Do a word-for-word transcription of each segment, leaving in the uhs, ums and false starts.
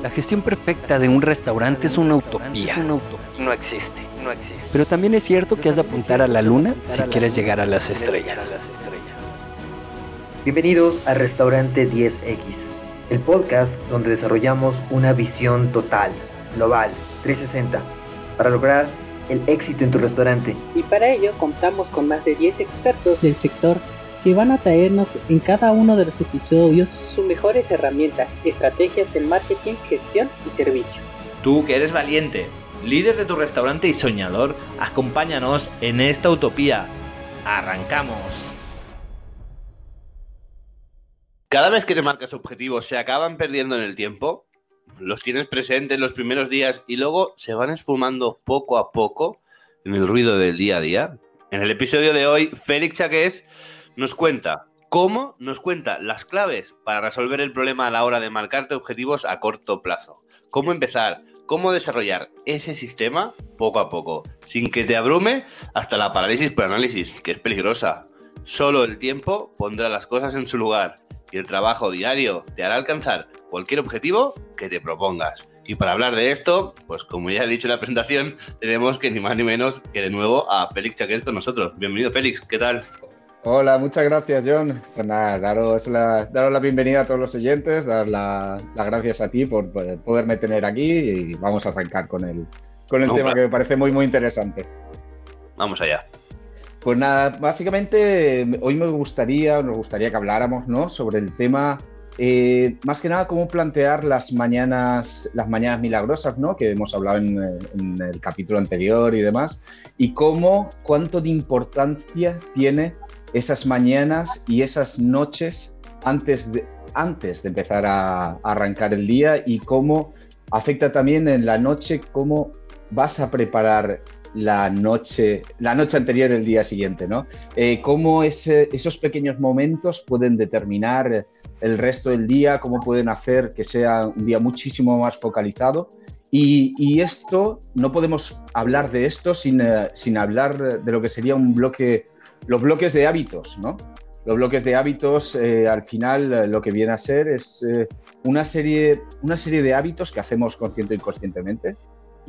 La gestión perfecta de un restaurante es una utopía. Es una utopía. No existe, no existe. Pero también es cierto que has de apuntar a la luna si quieres llegar a las estrellas. Bienvenidos a Restaurante diez equis, el podcast donde desarrollamos una visión total, global, trescientos sesenta, para lograr el éxito en tu restaurante. Y para ello contamos con más de diez expertos del sector que van a traernos en cada uno de los episodios sus mejores herramientas, estrategias en marketing, gestión y servicio. Tú que eres valiente, líder de tu restaurante y soñador, acompáñanos en esta utopía. ¡Arrancamos! Cada vez que te marcas objetivos se acaban perdiendo en el tiempo, los tienes presentes los primeros días y luego se van esfumando poco a poco en el ruido del día a día. En el episodio de hoy, Félix Chaqués nos cuenta cómo nos cuenta las claves para resolver el problema a la hora de marcarte objetivos a corto plazo. Cómo empezar, cómo desarrollar ese sistema poco a poco, sin que te abrume hasta la parálisis por análisis, que es peligrosa. Solo el tiempo pondrá las cosas en su lugar y el trabajo diario te hará alcanzar cualquier objetivo que te propongas. Y para hablar de esto, pues como ya he dicho en la presentación, tenemos que ni más ni menos que de nuevo a Félix Chaqués con nosotros. Bienvenido, Félix, ¿qué tal? Hola, muchas gracias, John. Pues nada, daros la, daros la bienvenida a todos los oyentes, dar las la gracias a ti por, por poderme tener aquí y vamos a arrancar con el, con el no, tema claro. que me parece muy, muy interesante. Vamos allá. Pues nada, básicamente hoy me gustaría, nos gustaría que habláramos, ¿no?, sobre el tema, eh, más que nada, cómo plantear las mañanas, las mañanas milagrosas, ¿no?, que hemos hablado en, en el capítulo anterior y demás, y cómo, cuánto de importancia tiene esas mañanas y esas noches antes de, antes de empezar a, a arrancar el día y cómo afecta también en la noche, cómo vas a preparar la noche, la noche anterior el día siguiente, ¿no? Eh, cómo ese, esos pequeños momentos pueden determinar el resto del día, cómo pueden hacer que sea un día muchísimo más focalizado. Y, y esto, no podemos hablar de esto sin, uh, sin hablar de lo que sería un bloque, los bloques de hábitos, ¿no? Los bloques de hábitos, eh, al final, eh, lo que viene a ser es eh, una serie, una serie de hábitos que hacemos consciente o inconscientemente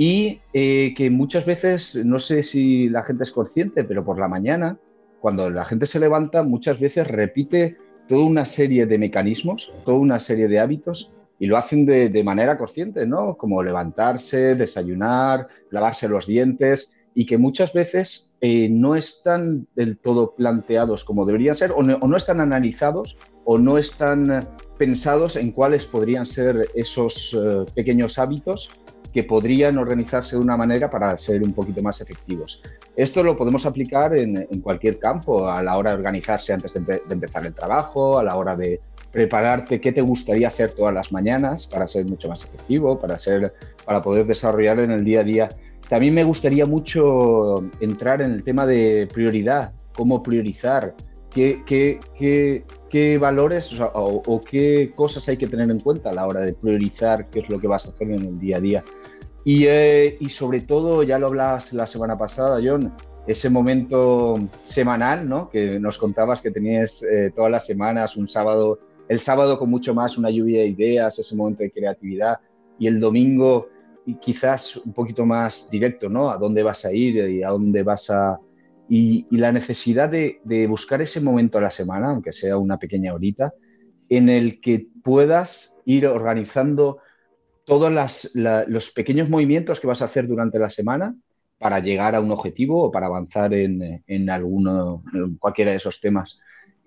y eh, que muchas veces, no sé si la gente es consciente, pero por la mañana, cuando la gente se levanta, muchas veces repite toda una serie de mecanismos, toda una serie de hábitos y lo hacen de, de manera consciente, ¿no? Como levantarse, desayunar, lavarse los dientes y que muchas veces eh, no están del todo planteados como deberían ser o no, o no están analizados o no están pensados en cuáles podrían ser esos uh, pequeños hábitos que podrían organizarse de una manera para ser un poquito más efectivos. Esto lo podemos aplicar en, en cualquier campo, a la hora de organizarse antes de, empe- de empezar el trabajo, a la hora de prepararte qué te gustaría hacer todas las mañanas para ser mucho más efectivo, para, ser, para poder desarrollar en el día a día. También me gustaría mucho entrar en el tema de prioridad, cómo priorizar, qué, qué, qué, qué valores o, sea, o, o qué cosas hay que tener en cuenta a la hora de priorizar qué es lo que vas a hacer en el día a día. Y, eh, y sobre todo, ya lo hablabas la semana pasada, John, ese momento semanal, ¿no?, que nos contabas que tenías eh, todas las semanas, un sábado, el sábado con mucho más, una lluvia de ideas, ese momento de creatividad, y el domingo y quizás un poquito más directo, ¿no?, a dónde vas a ir y a dónde vas a... Y, y la necesidad de, de buscar ese momento a la semana, aunque sea una pequeña horita, en el que puedas ir organizando todos las, la, los pequeños movimientos que vas a hacer durante la semana para llegar a un objetivo o para avanzar en, en alguno, en cualquiera de esos temas.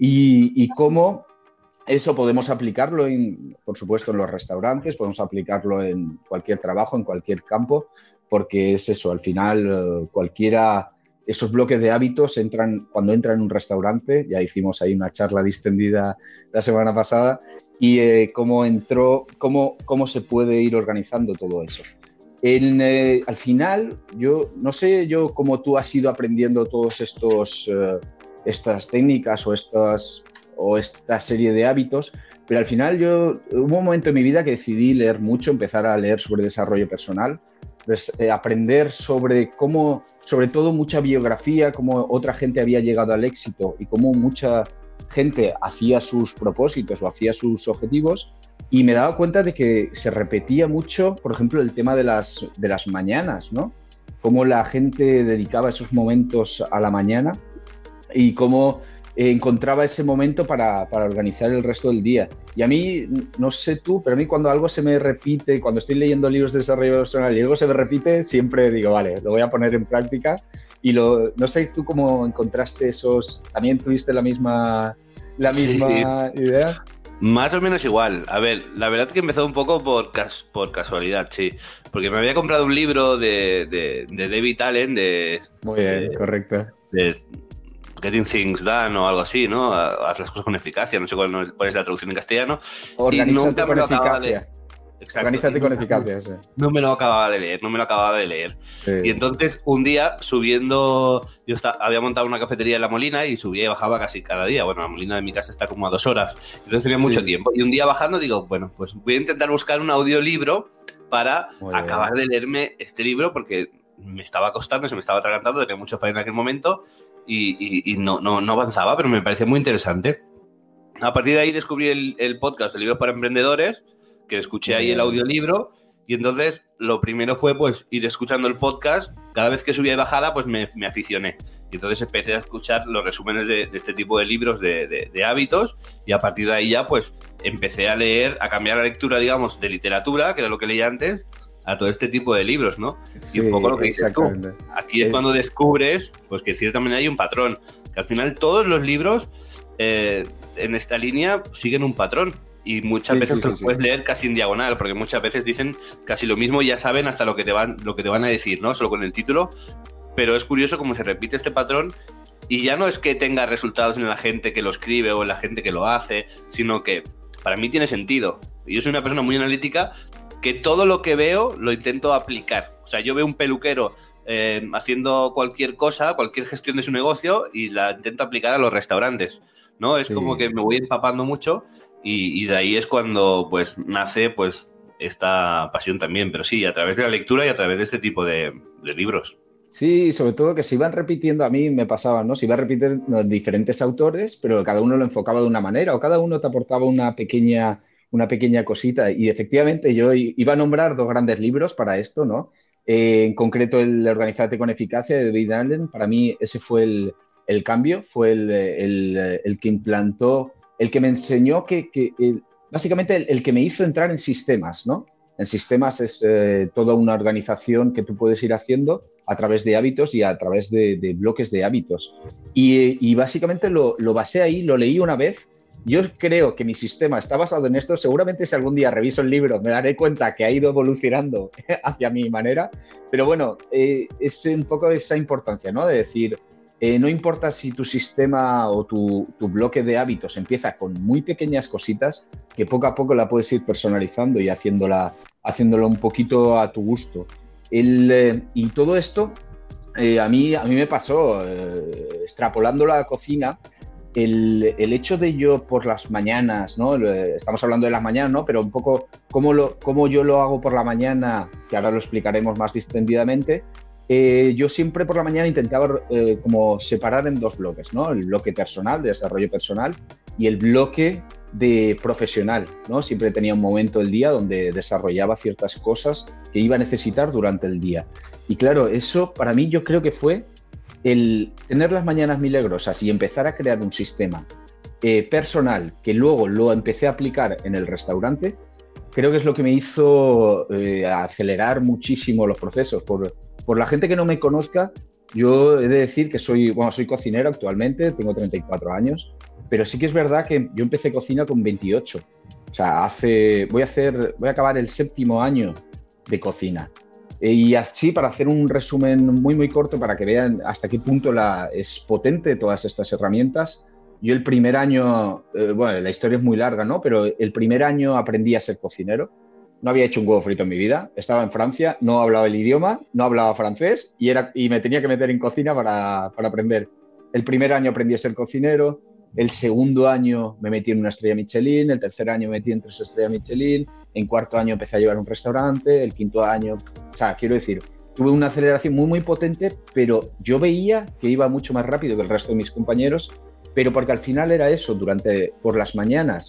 Y, y cómo eso podemos aplicarlo, en, por supuesto, en los restaurantes, podemos aplicarlo en cualquier trabajo, en cualquier campo, porque es eso, al final cualquiera, esos bloques de hábitos entran, cuando entran en un restaurante, ya hicimos ahí una charla distendida la semana pasada, y eh, cómo entró, cómo, cómo se puede ir organizando todo eso. En, eh, al final, yo no sé yo cómo tú has ido aprendiendo todos estos eh, estas técnicas o estas o esta serie de hábitos, pero al final yo hubo un momento en mi vida que decidí leer mucho, empezar a leer sobre desarrollo personal, pues, eh, aprender sobre cómo, sobre todo mucha biografía, cómo otra gente había llegado al éxito y cómo mucha gente hacía sus propósitos o hacía sus objetivos y me daba cuenta de que se repetía mucho, por ejemplo, el tema de las, de las mañanas, ¿no? Cómo la gente dedicaba esos momentos a la mañana y cómo eh, encontraba ese momento para, para organizar el resto del día. Y a mí, no sé tú, pero a mí cuando algo se me repite, cuando estoy leyendo libros de desarrollo personal y algo se me repite, siempre digo, vale, lo voy a poner en práctica. Y lo, no sé tú cómo encontraste esos, ¿también tuviste la misma, la misma sí. idea? Más o menos igual. A ver, la verdad es que empezó un poco por, cas por casualidad, sí. Porque me había comprado un libro de, de, de David Allen, de... Muy bien, de, correcto. De Getting Things Done o algo así, ¿no? Haz las cosas con eficacia, no sé cuál, cuál es la traducción en castellano. Organízate con eficacia. Exacto. Organízate con eficacia, sí. No me lo acababa de leer, no me lo acababa de leer. Sí. Y entonces, un día, subiendo... Yo estaba, había montado una cafetería en La Molina y subía y bajaba casi cada día. Bueno, La Molina de mi casa está como a dos horas. Entonces tenía mucho sí. tiempo. Y un día bajando digo, bueno, pues voy a intentar buscar un audiolibro para acabar de leerme este libro porque me estaba costando, se me estaba atragantando, tenía mucho fallo en aquel momento y, y, y no, no, no avanzaba, pero me parecía muy interesante. A partir de ahí descubrí el, el podcast de Libros para Emprendedores, que escuché ahí el audiolibro y entonces lo primero fue pues ir escuchando el podcast. Cada vez que subía y bajada pues me, me aficioné y entonces empecé a escuchar los resúmenes de, de este tipo de libros de, de, de hábitos y a partir de ahí ya pues empecé a leer, a cambiar la lectura digamos de literatura, que era lo que leía antes, a todo este tipo de libros, ¿no? Sí, y un poco lo que dices tú. Aquí es, es cuando descubres pues que de cierta manera hay un patrón, que al final todos los libros eh, en esta línea siguen un patrón. Y muchas sí, veces sí, te lo sí, puedes sí. leer casi en diagonal, porque muchas veces dicen casi lo mismo y ya saben hasta lo que te van, lo que te van a decir, ¿no? Solo con el título. Pero es curioso cómo se repite este patrón y ya no es que tenga resultados en la gente que lo escribe o en la gente que lo hace, sino que para mí tiene sentido. Y yo soy una persona muy analítica que todo lo que veo lo intento aplicar. O sea, yo veo un peluquero eh, haciendo cualquier cosa, cualquier gestión de su negocio y la intento aplicar a los restaurantes, ¿no? Es sí. como que me voy empapando mucho. Y, y de ahí es cuando pues nace pues esta pasión también, pero sí, a través de la lectura y a través de este tipo de, de libros. Sí, sobre todo que se iban repitiendo, a mí me pasaba, ¿no? Se iban repitiendo diferentes autores, pero cada uno lo enfocaba de una manera o cada uno te aportaba una pequeña, una pequeña cosita. Y efectivamente yo iba a nombrar dos grandes libros para esto, ¿no? Eh, en concreto el Organízate con Eficacia de David Allen. Para mí ese fue el, el cambio, fue el, el, el que implantó... el que me enseñó que, que el, básicamente el, el que me hizo entrar en sistemas, ¿no? En sistemas es eh, toda una organización que tú puedes ir haciendo a través de hábitos y a través de, de bloques de hábitos. Y, y básicamente lo, lo basé ahí, lo leí una vez. Yo creo que mi sistema está basado en esto. Seguramente si algún día reviso el libro me daré cuenta que ha ido evolucionando hacia mi manera. Pero bueno, eh, es un poco esa importancia, ¿no? De decir... Eh, no importa si tu sistema o tu, tu bloque de hábitos empieza con muy pequeñas cositas, que poco a poco la puedes ir personalizando y haciéndola, haciéndolo un poquito a tu gusto. El, eh, y todo esto eh, a, mí, a mí me pasó, eh, extrapolando la cocina, el, el hecho de yo por las mañanas, ¿no? Estamos hablando de las mañanas, ¿no? Pero un poco cómo, lo, cómo yo lo hago por la mañana, que ahora lo explicaremos más distendidamente. Eh, yo siempre por la mañana intentaba eh, como separar en dos bloques, ¿no? El bloque personal, de desarrollo personal, y el bloque de profesional, ¿no? Siempre tenía un momento del día donde desarrollaba ciertas cosas que iba a necesitar durante el día. Y claro, eso para mí yo creo que fue el tener las mañanas milagrosas y empezar a crear un sistema eh, personal que luego lo empecé a aplicar en el restaurante. Creo que es lo que me hizo eh, acelerar muchísimo los procesos. Por, por la gente que no me conozca, yo he de decir que soy, bueno, soy cocinero actualmente, tengo treinta y cuatro años, pero sí que es verdad que yo empecé cocina con veintiocho. O sea, hace, voy, a hacer, voy a acabar el séptimo año de cocina. Y así, para hacer un resumen muy, muy corto, para que vean hasta qué punto la, es potente todas estas herramientas. Yo el primer año, eh, bueno, la historia es muy larga, ¿no? Pero el primer año aprendí a ser cocinero. No había hecho un huevo frito en mi vida. Estaba en Francia, no hablaba el idioma, no hablaba francés y, era, y me tenía que meter en cocina para, para aprender. El primer año aprendí a ser cocinero. El segundo año me metí en una estrella Michelin. El tercer año me metí en tres estrellas Michelin. En cuarto año empecé a llevar un restaurante. El quinto año... O sea, quiero decir, tuve una aceleración muy, muy potente, pero yo veía que iba mucho más rápido que el resto de mis compañeros. Pero porque al final era eso, durante, por las mañanas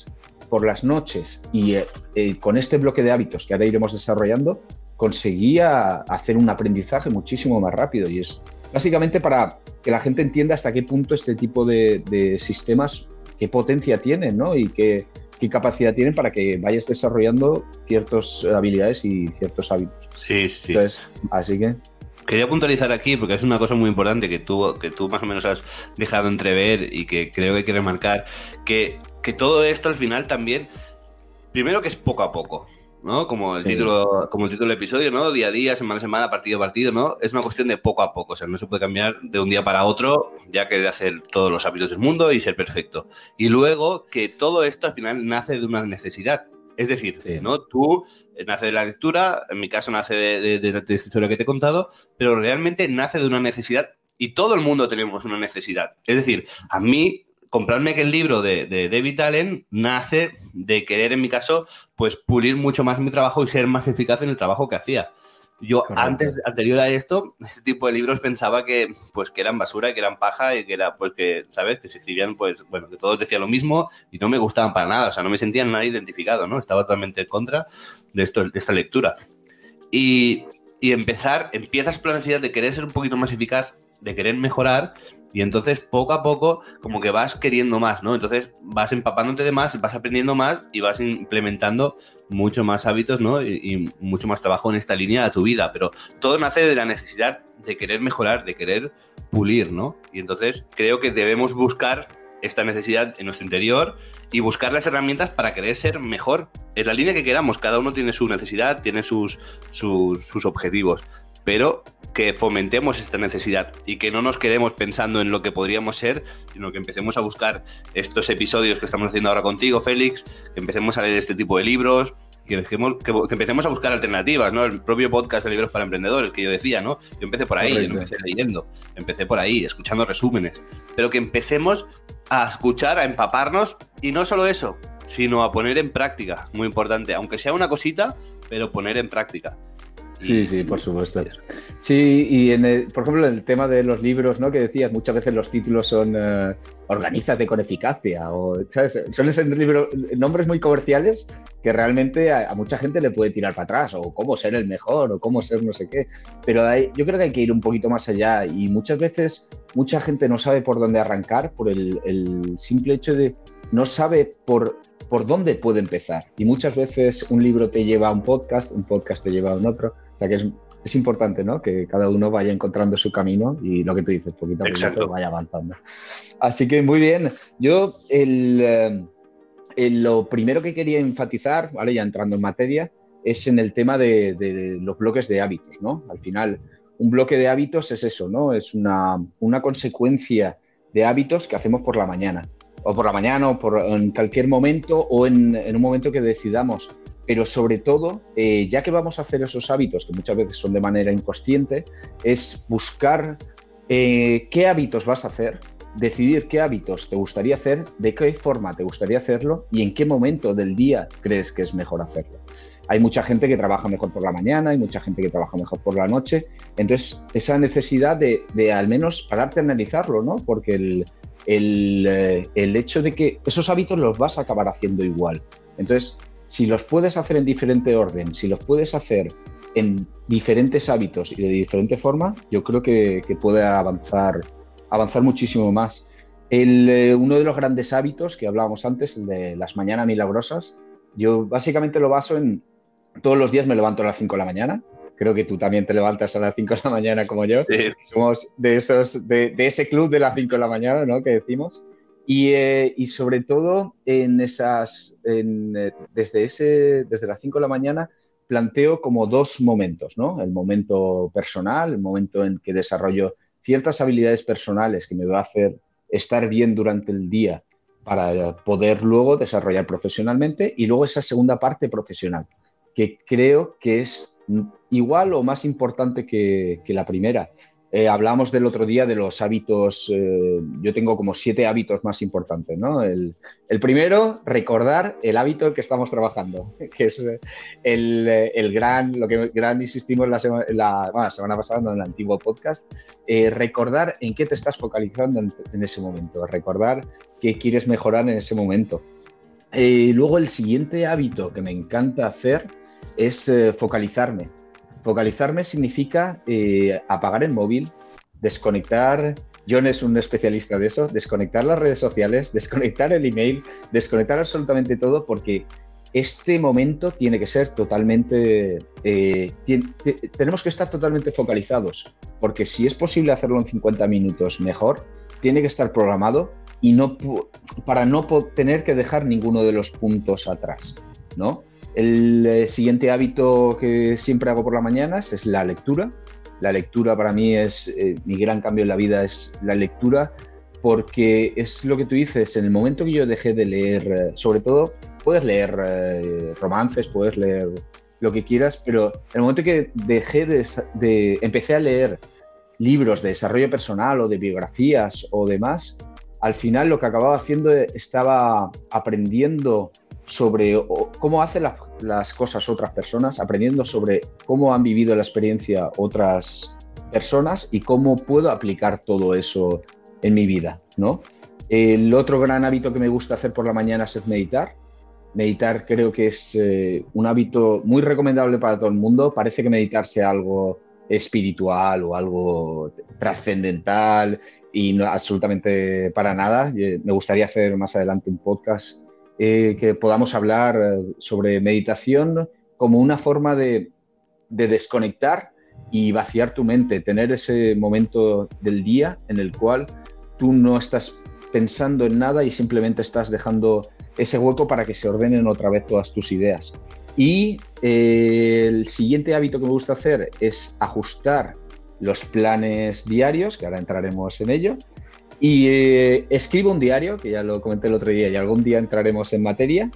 por las noches y eh, eh, con este bloque de hábitos que ahora iremos desarrollando, conseguía hacer un aprendizaje muchísimo más rápido, y es básicamente para que la gente entienda hasta qué punto este tipo de, de sistemas, qué potencia tienen, ¿no? Y qué, qué capacidad tienen para que vayas desarrollando ciertas habilidades y ciertos hábitos. Sí, sí. Entonces, así que... Quería puntualizar aquí, porque es una cosa muy importante que tú, que tú más o menos has dejado entrever y que creo que hay que remarcar, que, que todo esto al final también, primero que es poco a poco, ¿no? Como el, sí. título, como el título del episodio, ¿no? Día a día, semana a semana, partido a partido, ¿no? Es una cuestión de poco a poco, o sea, no se puede cambiar de un día para otro, ya que hacer todos los hábitos del mundo y ser perfecto. Y luego que todo esto al final nace de una necesidad. Es decir, sí. ¿no? Tú nace de la lectura, en mi caso nace de, de, de, de esta historia que te he contado, pero realmente nace de una necesidad y todo el mundo tenemos una necesidad. Es decir, a mí comprarme aquel libro de, de David Allen nace de querer, en mi caso, pues pulir mucho más mi trabajo y ser más eficaz en el trabajo que hacía. Yo Correcto. antes, anterior a esto, este tipo de libros pensaba que, pues, que eran basura y que eran paja y que era, pues, que, ¿sabes? Que se escribían, pues, bueno, que todos decían lo mismo y no me gustaban para nada, o sea, no me sentía nada identificado, ¿no? Estaba totalmente en contra de esto, de esta lectura. Y, y empezar, empiezas por la necesidad de querer ser un poquito más eficaz, de querer mejorar, y entonces poco a poco como que vas queriendo más, ¿no? Entonces vas empapándote de más, vas aprendiendo más y vas implementando mucho más hábitos, ¿no? Y, y mucho más trabajo en esta línea a tu vida, pero todo nace de la necesidad de querer mejorar, de querer pulir, ¿no? Y entonces creo que debemos buscar esta necesidad en nuestro interior y buscar las herramientas para querer ser mejor en la línea que queramos. Cada uno tiene su necesidad, tiene sus, sus, sus objetivos, pero que fomentemos esta necesidad y que no nos quedemos pensando en lo que podríamos ser, sino que empecemos a buscar estos episodios que estamos haciendo ahora contigo, Félix, que empecemos a leer este tipo de libros, que, dejemos, que, que empecemos a buscar alternativas, ¿no? El propio podcast de libros para emprendedores que yo decía, ¿no? Yo empecé por ahí, yo no empecé leyendo, empecé por ahí, escuchando resúmenes, pero que empecemos a escuchar, a empaparnos, y no solo eso, sino a poner en práctica, muy importante, aunque sea una cosita, pero poner en práctica. Sí, sí, por supuesto. Sí, y en el, por ejemplo, el tema de los libros, ¿no? Que decías, muchas veces los títulos son uh, Organízate con eficacia, o, ¿sabes? Suelen ser libros, nombres muy comerciales que realmente a, a mucha gente le puede tirar para atrás, o cómo ser el mejor, o cómo ser no sé qué. Pero hay, yo creo que hay que ir un poquito más allá, y muchas veces mucha gente no sabe por dónde arrancar por el, el simple hecho de no sabe por... por dónde puede empezar. Y muchas veces un libro te lleva a un podcast, un podcast te lleva a un otro. O sea que es, es importante, ¿no? Que cada uno vaya encontrando su camino y lo que tú dices, poquito a poquito vaya avanzando. Así que muy bien. Yo el, el, lo primero que quería enfatizar, ¿vale? Ya entrando en materia, es en el tema de, de los bloques de hábitos, ¿no? Al final, un bloque de hábitos es eso, ¿no? Es una, una consecuencia de hábitos que hacemos por la mañana. O por la mañana, o por, en cualquier momento, o en, en un momento que decidamos. Pero sobre todo, eh, ya que vamos a hacer esos hábitos, que muchas veces son de manera inconsciente, es buscar eh, qué hábitos vas a hacer, decidir qué hábitos te gustaría hacer, de qué forma te gustaría hacerlo y en qué momento del día crees que es mejor hacerlo. Hay mucha gente que trabaja mejor por la mañana, hay mucha gente que trabaja mejor por la noche. Entonces, esa necesidad de, de al menos pararte a analizarlo, ¿no? Porque el... El, eh, el hecho de que esos hábitos los vas a acabar haciendo igual. Entonces, si los puedes hacer en diferente orden, si los puedes hacer en diferentes hábitos y de diferente forma, yo creo que, que puede avanzar, avanzar muchísimo más. El, eh, uno de los grandes hábitos que hablábamos antes, el de las mañanas milagrosas, yo básicamente lo baso en todos los días me levanto a las cinco de la mañana. Creo que tú también te levantas a las cinco de la mañana como yo. Sí. Somos de, esos, de, de ese club de las cinco de la mañana, ¿no? Que decimos. Y, eh, y sobre todo, en esas, en, eh, desde, ese, desde las cinco de la mañana planteo como dos momentos, ¿no? El momento personal, el momento en que desarrollo ciertas habilidades personales que me va a hacer estar bien durante el día para poder luego desarrollar profesionalmente. Y luego esa segunda parte profesional, que creo que es igual o más importante que, que la primera. Eh, hablamos del otro día de los hábitos, eh, yo tengo como siete hábitos más importantes, ¿no? El, el primero, recordar el hábito en que estamos trabajando, que es el, el gran, lo que gran insistimos la, sema, la, bueno, la semana pasada, no, en el antiguo podcast, eh, recordar en qué te estás focalizando en, en ese momento, recordar qué quieres mejorar en ese momento. Eh, luego el siguiente hábito que me encanta hacer es eh, focalizarme. Focalizarme significa eh, apagar el móvil, desconectar. John es un especialista de eso, desconectar las redes sociales, desconectar el email, desconectar absolutamente todo, porque este momento tiene que ser totalmente... Eh, tiene, te, tenemos que estar totalmente focalizados, porque si es posible hacerlo en cincuenta minutos, mejor. Tiene que estar programado y no para no tener que dejar ninguno de los puntos atrás, ¿no? El eh, siguiente hábito que siempre hago por las mañanas es la lectura. La lectura para mí es, eh, mi gran cambio en la vida es la lectura, porque es lo que tú dices, en el momento que yo dejé de leer, eh, sobre todo, puedes leer eh, romances, puedes leer lo que quieras, pero en el momento que dejé de, de, empecé a leer libros de desarrollo personal o de biografías o demás, al final lo que acababa haciendo estaba aprendiendo sobre cómo hacen las, las cosas otras personas, aprendiendo sobre cómo han vivido la experiencia otras personas y cómo puedo aplicar todo eso en mi vida, ¿no? El otro gran hábito que me gusta hacer por la mañana es meditar. Meditar creo que es eh, un hábito muy recomendable para todo el mundo. Parece que meditar sea algo espiritual o algo trascendental y no absolutamente para nada. Me gustaría hacer más adelante un podcast eh, que podamos hablar sobre meditación como una forma de, de desconectar y vaciar tu mente, tener ese momento del día en el cual tú no estás pensando en nada y simplemente estás dejando ese hueco para que se ordenen otra vez todas tus ideas. Y eh, el siguiente hábito que me gusta hacer es ajustar los planes diarios, que ahora entraremos en ello, y eh, escribo un diario, que ya lo comenté el otro día y algún día entraremos en materia,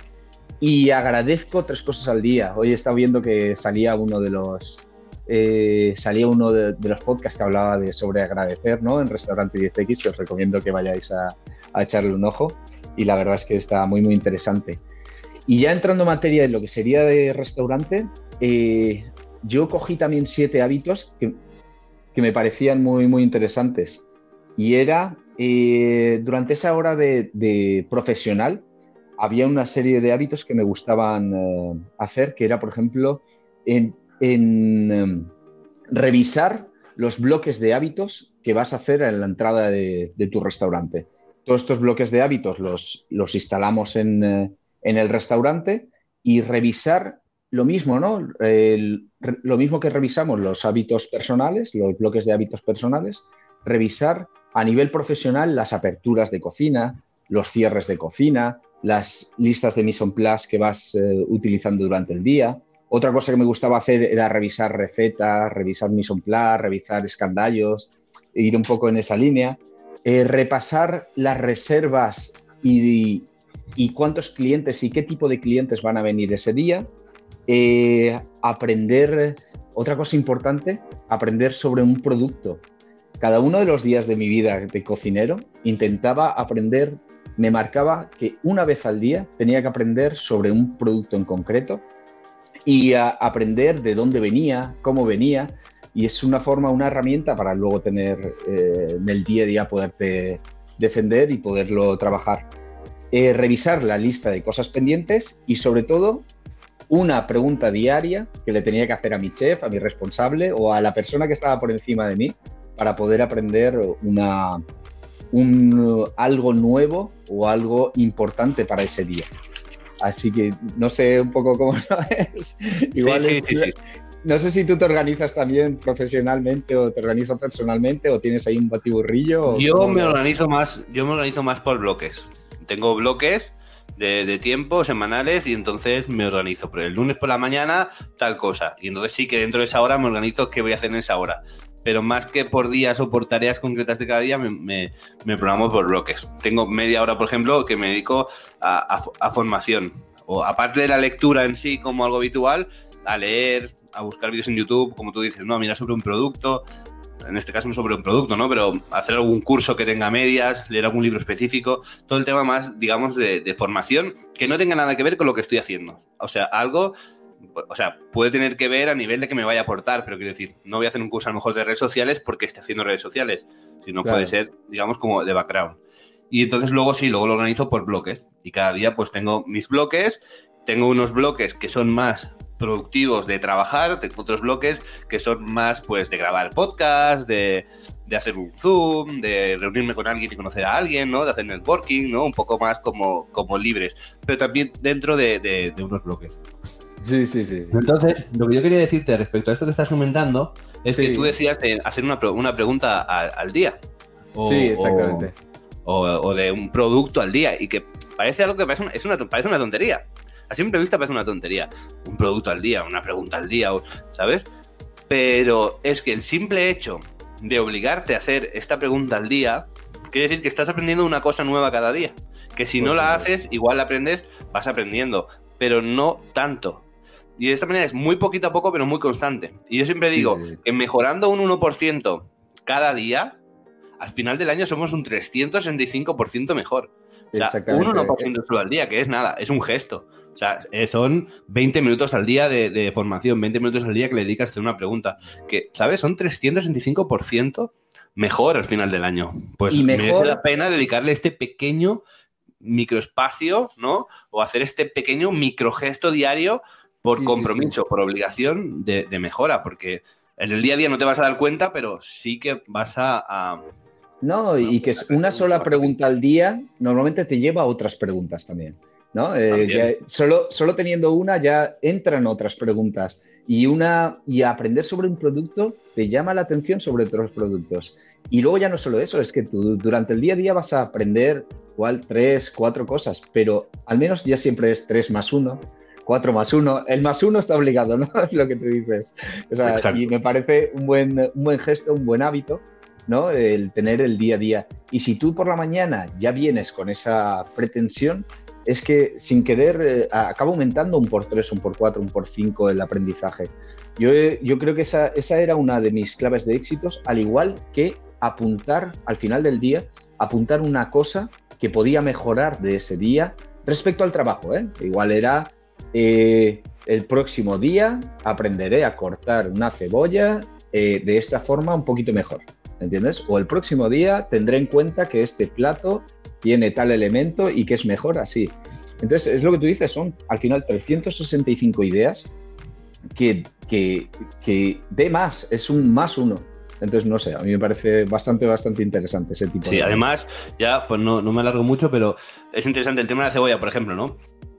y agradezco tres cosas al día. Hoy he estado viendo que salía uno de los eh, salía uno de, de los podcasts que hablaba de sobre agradecer, ¿no? En Restaurante diez equis, que os recomiendo que vayáis a, a echarle un ojo, y la verdad es que está muy muy interesante. Y ya entrando en materia de lo que sería de restaurante, eh, yo cogí también siete hábitos que, que me parecían muy, muy interesantes. Y era, eh, durante esa hora de, de profesional, había una serie de hábitos que me gustaban eh, hacer, que era, por ejemplo, en, en eh, revisar los bloques de hábitos que vas a hacer en la entrada de, de tu restaurante. Todos estos bloques de hábitos los, los instalamos en... Eh, en el restaurante y revisar lo mismo, ¿no? El, lo mismo que revisamos los hábitos personales, los bloques de hábitos personales, revisar a nivel profesional las aperturas de cocina, los cierres de cocina, las listas de mise en place que vas eh, utilizando durante el día. Otra cosa que me gustaba hacer era revisar recetas, revisar mise en place, revisar escandallos, ir un poco en esa línea, eh, repasar las reservas y y cuántos clientes y qué tipo de clientes van a venir ese día. Eh, aprender, otra cosa importante, aprender sobre un producto. Cada uno de los días de mi vida de cocinero intentaba aprender, me marcaba que una vez al día tenía que aprender sobre un producto en concreto y a aprender de dónde venía, cómo venía, y es una forma, una herramienta para luego tener eh, en el día a día poderte defender y poderlo trabajar. Eh, revisar la lista de cosas pendientes y, sobre todo, una pregunta diaria que le tenía que hacer a mi chef, a mi responsable o a la persona que estaba por encima de mí para poder aprender una, un, algo nuevo o algo importante para ese día. Así que no sé un poco cómo lo ves. Igual sí, es, sí, sí. No sé si tú te organizas también profesionalmente o te organizas personalmente o tienes ahí un batiburrillo. Yo me organizo más, yo me organizo más por bloques. Tengo bloques de, de tiempo semanales y entonces me organizo. Pero el lunes por la mañana, tal cosa. Y entonces sí que dentro de esa hora me organizo qué voy a hacer en esa hora. Pero más que por días o por tareas concretas de cada día, me, me, me programo por bloques. Tengo media hora, por ejemplo, que me dedico a, a, a formación. O aparte de la lectura en sí como algo habitual, a leer, a buscar vídeos en YouTube, como tú dices, no, mira sobre un producto. En este caso no sobre un producto, ¿no? Pero hacer algún curso que tenga medias, leer algún libro específico, todo el tema más, digamos, de, de formación que no tenga nada que ver con lo que estoy haciendo. O sea, algo, o sea, puede tener que ver a nivel de que me vaya a aportar, pero quiero decir, no voy a hacer un curso a lo mejor de redes sociales porque esté haciendo redes sociales, sino claro. Puede ser, digamos, como de background. Y entonces luego sí, luego lo organizo por bloques. Y cada día pues tengo mis bloques, tengo unos bloques que son más productivos de trabajar, tengo otros bloques que son más pues de grabar podcast, de, de hacer un Zoom, de reunirme con alguien y conocer a alguien, ¿no? De hacer networking, ¿no? Un poco más como, como libres, pero también dentro de, de, de unos bloques. Sí, sí, sí, sí. Entonces, lo que yo quería decirte respecto a esto que estás comentando es sí. que tú decías de hacer una, una pregunta al, al día. O, sí, exactamente. O, o, o de un producto al día y que parece algo que parece una, es una, parece una tontería. A simple vista parece una tontería. Un producto al día, una pregunta al día, ¿sabes? Pero es que el simple hecho de obligarte a hacer esta pregunta al día quiere decir que estás aprendiendo una cosa nueva cada día. Que si no la haces, igual la aprendes, vas aprendiendo, pero no tanto. Y de esta manera es muy poquito a poco, pero muy constante. Y yo siempre digo sí, sí. que mejorando un uno por ciento cada día, al final del año somos un trescientos sesenta y cinco por ciento mejor. O sea, un uno por ciento solo al día, que es nada, es un gesto. O sea, son veinte minutos al día de, de formación, veinte minutos al día que le dedicas a hacer una pregunta. Que, ¿sabes? Son trescientos sesenta y cinco por ciento mejor al final del año. Pues y mejor... merece la pena dedicarle este pequeño microespacio, ¿no? O hacer este pequeño microgesto diario por sí, compromiso, sí, sí. por obligación de, de mejora, porque en el día a día no te vas a dar cuenta, pero sí que vas a... a no, y que es una sola pregunta al día normalmente te lleva a otras preguntas también, ¿no? Eh, ya, solo, solo teniendo una ya entran otras preguntas y, una, y aprender sobre un producto te llama la atención sobre otros productos. Y luego ya no solo eso, es que tú durante el día a día vas a aprender igual tres, cuatro cosas, pero al menos ya siempre es tres más uno. cuatro más uno, el más uno está obligado, ¿no? Es lo que tú dices. O sea, y me parece un buen, un buen gesto, un buen hábito, ¿no? El tener el día a día. Y si tú por la mañana ya vienes con esa pretensión, es que sin querer eh, acaba aumentando un por tres, un por cuatro, un por cinco el aprendizaje. Yo, yo creo que esa, esa era una de mis claves de éxitos, al igual que apuntar al final del día, apuntar una cosa que podía mejorar de ese día respecto al trabajo, ¿eh? Igual era... Eh, el próximo día aprenderé a cortar una cebolla eh, de esta forma un poquito mejor, ¿entiendes? O el próximo día tendré en cuenta que este plato tiene tal elemento y que es mejor así. Entonces, es lo que tú dices, son al final trescientas sesenta y cinco ideas que, que, que de más, es un más uno. Entonces, no sé, a mí me parece bastante, bastante interesante ese tipo sí, de... Sí, además, ya, pues no, no me alargo mucho, pero es interesante el tema de la cebolla, por ejemplo, ¿no?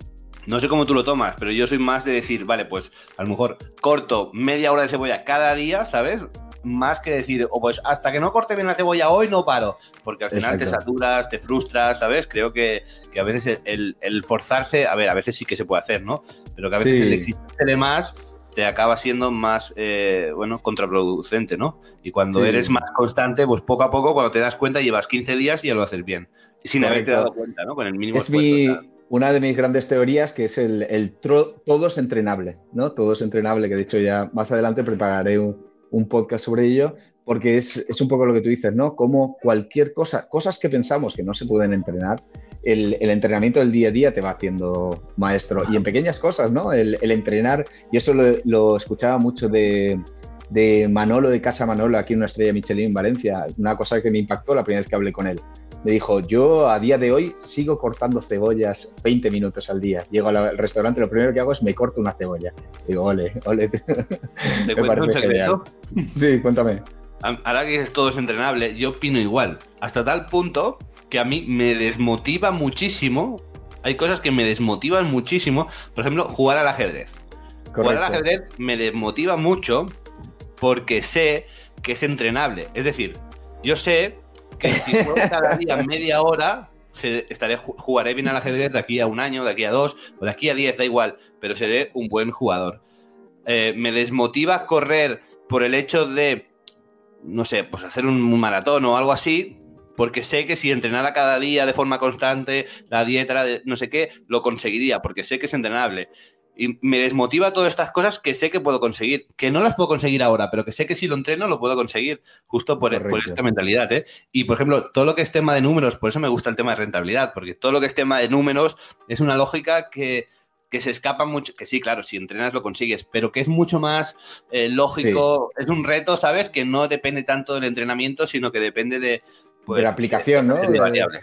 No sé cómo tú lo tomas, pero yo soy más de decir, vale, pues a lo mejor corto media hora de cebolla cada día, ¿sabes? Más que decir, o pues hasta que no corte bien la cebolla hoy no paro, porque al final Exacto. te saturas, te frustras, ¿sabes? Creo que, que a veces el, el forzarse, a ver, a veces sí que se puede hacer, ¿no? Pero que a veces sí. el exigirse de más te acaba siendo más, eh, bueno, contraproducente, ¿no? Y cuando sí. eres más constante, pues poco a poco, cuando te das cuenta, llevas quince días y ya lo haces bien. Sin Correcto. haberte dado cuenta, ¿no? Con el mínimo es esfuerzo. Mi... ¿no? Una de mis grandes teorías, que es el, el tro, todo es entrenable, ¿no? Todo es entrenable, que de hecho ya más adelante prepararé un, un podcast sobre ello, porque es, es un poco lo que tú dices, ¿no? Como cualquier cosa, cosas que pensamos que no se pueden entrenar, el, el entrenamiento del día a día te va haciendo maestro. Y en pequeñas cosas, ¿no? El, el entrenar, y eso lo, lo escuchaba mucho de, de Manolo, de Casa Manolo, aquí en una estrella Michelin en Valencia, una cosa que me impactó la primera vez que hablé con él. Me dijo, yo a día de hoy sigo cortando cebollas veinte minutos al día. Llego al restaurante, lo primero que hago es me corto una cebolla. Digo, ole, ole. ¿Te cuento un secreto? Sí, cuéntame. Ahora que todo es entrenable, yo opino igual. Hasta tal punto que a mí me desmotiva muchísimo. Hay cosas que me desmotivan muchísimo. Por ejemplo, jugar al ajedrez. Correcto. Jugar al ajedrez me desmotiva mucho porque sé que es entrenable. Es decir, yo sé... que si juego cada día media hora, estaré, jugaré bien al ajedrez de aquí a un año, de aquí a dos, o de aquí a diez, da igual, pero seré un buen jugador. Eh, me desmotiva correr por el hecho de, no sé, pues hacer un maratón o algo así, porque sé que si entrenara cada día de forma constante, la dieta, la de, no sé qué, lo conseguiría, porque sé que es entrenable. Y me desmotiva todas estas cosas que sé que puedo conseguir, que no las puedo conseguir ahora, pero que sé que si lo entreno lo puedo conseguir, justo por, por esta mentalidad, ¿eh? Y, por ejemplo, todo lo que es tema de números, por eso me gusta el tema de rentabilidad, porque todo lo que es tema de números es una lógica que, que se escapa mucho, que sí, claro, si entrenas lo consigues, pero que es mucho más eh, lógico, sí. Es un reto, ¿sabes? Que no depende tanto del entrenamiento, sino que depende de... Pues, de la aplicación, ¿no? De variables.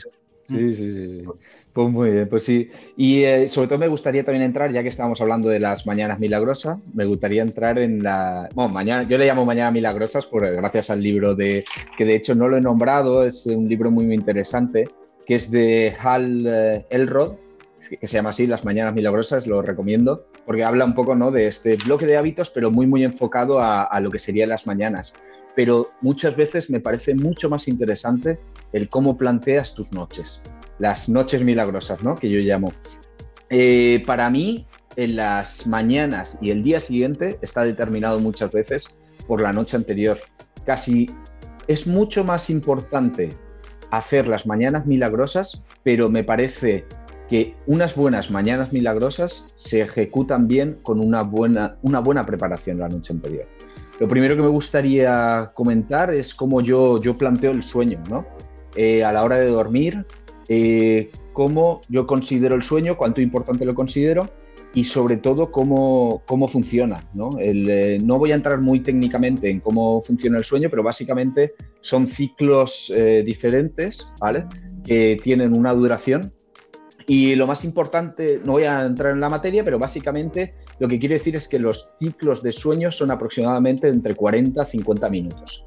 Sí, sí, sí, sí. Pues muy bien, pues sí. Y eh, sobre todo me gustaría también entrar, ya que estábamos hablando de las mañanas milagrosas, me gustaría entrar en la... Bueno, mañana, yo le llamo Mañanas Milagrosas por, gracias al libro de... que de hecho no lo he nombrado, es un libro muy, muy interesante, que es de Hal eh, Elrod, que se llama así, Las Mañanas Milagrosas, lo recomiendo, porque habla un poco, ¿no?, de este bloque de hábitos, pero muy, muy enfocado a, a lo que serían las mañanas. Pero muchas veces me parece mucho más interesante el cómo planteas tus noches, las noches milagrosas, ¿no?, que yo llamo. Eh, para mí, en las mañanas y el día siguiente está determinado muchas veces por la noche anterior. Casi es mucho más importante hacer las mañanas milagrosas, pero me parece que unas buenas mañanas milagrosas se ejecutan bien con una buena, una buena preparación la noche anterior. Lo primero que me gustaría comentar es cómo yo, yo planteo el sueño, ¿no? Eh, a la hora de dormir, eh, cómo yo considero el sueño, cuánto importante lo considero y sobre todo cómo, cómo funciona, ¿no? El, eh, no voy a entrar muy técnicamente en cómo funciona el sueño, pero básicamente son ciclos eh, diferentes, ¿vale?, que tienen una duración. Y lo más importante, no voy a entrar en la materia, pero básicamente lo que quiero decir es que los ciclos de sueño son aproximadamente entre cuarenta a cincuenta minutos.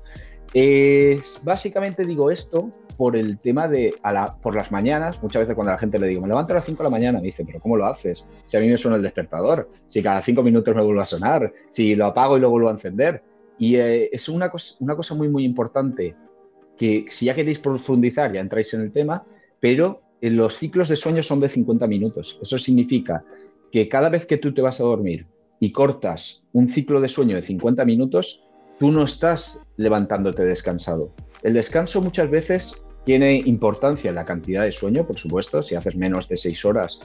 Eh, básicamente digo esto por el tema de, a la, por las mañanas, muchas veces cuando a la gente le digo, me levanto a las cinco de la mañana, me dice, ¿pero cómo lo haces? Si a mí me suena el despertador, si cada cinco minutos me vuelve a sonar, si lo apago y lo vuelvo a encender. Y eh, es una cosa, una cosa muy, muy importante que si ya queréis profundizar, ya entráis en el tema, pero los ciclos de sueño son de cincuenta minutos. Eso significa que cada vez que tú te vas a dormir y cortas un ciclo de sueño de cincuenta minutos, tú no estás levantándote descansado. El descanso muchas veces tiene importancia en la cantidad de sueño, por supuesto. Si haces menos de seis horas,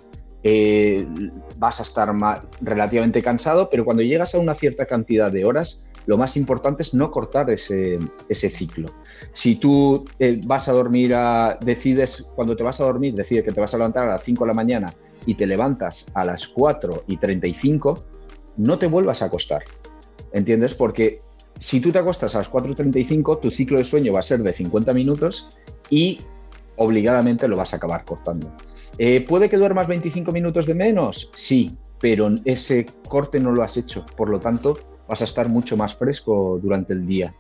eh, vas a estar más, relativamente cansado, pero cuando llegas a una cierta cantidad de horas, lo más importante es no cortar ese, ese ciclo. Si tú eh, vas a dormir, a, decides, cuando te vas a dormir, decides que te vas a levantar a las cinco de la mañana y te levantas a las cuatro y treinta y cinco, no te vuelvas a acostar, ¿entiendes? Porque si tú te acostas a las cuatro y treinta y cinco, tu ciclo de sueño va a ser de cincuenta minutos y obligadamente lo vas a acabar cortando. Eh, ¿Puede que duermas veinticinco minutos de menos? Sí, pero ese corte no lo has hecho, por lo tanto vas a estar mucho más fresco durante el día.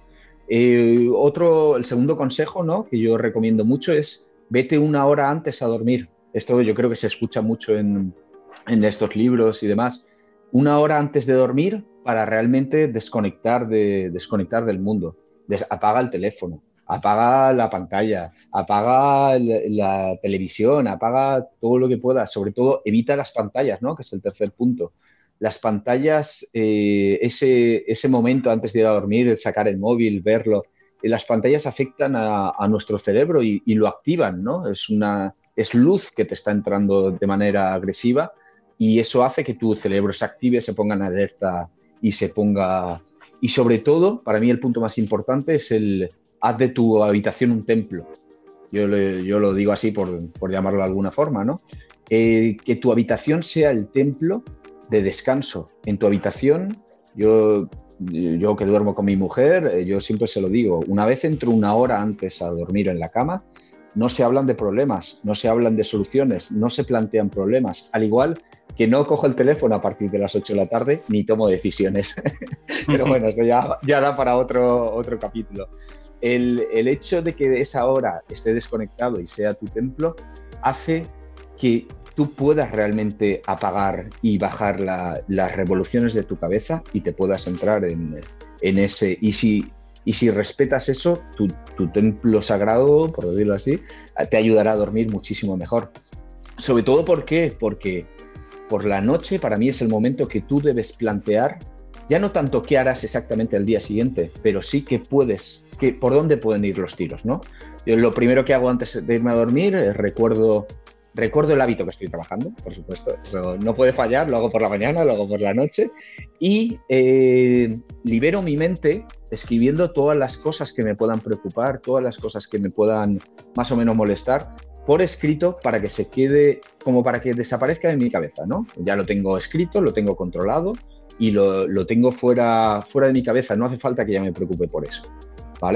Eh, otro, el segundo consejo, ¿no?, que yo recomiendo mucho es vete una hora antes a dormir. Esto yo creo que se escucha mucho en, en estos libros y demás. Una hora antes de dormir para realmente desconectar, de, desconectar del mundo. Des, apaga el teléfono, apaga la pantalla, apaga la, la televisión, apaga todo lo que puedas. Sobre todo evita las pantallas, ¿no?, que es el tercer punto. Las pantallas, eh, ese, ese momento antes de ir a dormir, el sacar el móvil, verlo, eh, las pantallas afectan a, a nuestro cerebro y, y lo activan, ¿no? Es, una, es luz que te está entrando de manera agresiva y eso hace que tu cerebro se active, se ponga en alerta y se ponga... Y sobre todo, para mí el punto más importante es el haz de tu habitación un templo. Yo, le, yo lo digo así por, por llamarlo de alguna forma, ¿no? Eh, que tu habitación sea el templo de descanso. En tu habitación, yo, yo que duermo con mi mujer, yo siempre se lo digo, una vez entro una hora antes a dormir en la cama, no se hablan de problemas, no se hablan de soluciones, no se plantean problemas, al igual que no cojo el teléfono a partir de las ocho de la tarde ni tomo decisiones. Pero bueno, esto ya, ya da para otro, otro capítulo. El, el hecho de que esa hora esté desconectado y sea tu templo hace que tú puedas realmente apagar y bajar la, las revoluciones de tu cabeza y te puedas entrar en, en ese... Y si, y si respetas eso, tu, tu templo sagrado, por decirlo así, te ayudará a dormir muchísimo mejor. Sobre todo, ¿por qué? Porque por la noche para mí es el momento que tú debes plantear, ya no tanto qué harás exactamente al día siguiente, pero sí que puedes, que, por dónde pueden ir los tiros, ¿no? Yo lo primero que hago antes de irme a dormir es recuerdo... Recuerdo el hábito que estoy trabajando, por supuesto, eso no puede fallar, lo hago por la mañana, lo hago por la noche y eh, libero mi mente escribiendo todas las cosas que me puedan preocupar, todas las cosas que me puedan más o menos molestar por escrito para que se quede, como para que desaparezca de mi cabeza, ¿no? Ya lo tengo escrito, lo tengo controlado y lo, lo tengo fuera, fuera de mi cabeza, no hace falta que ya me preocupe por eso, ¿vale?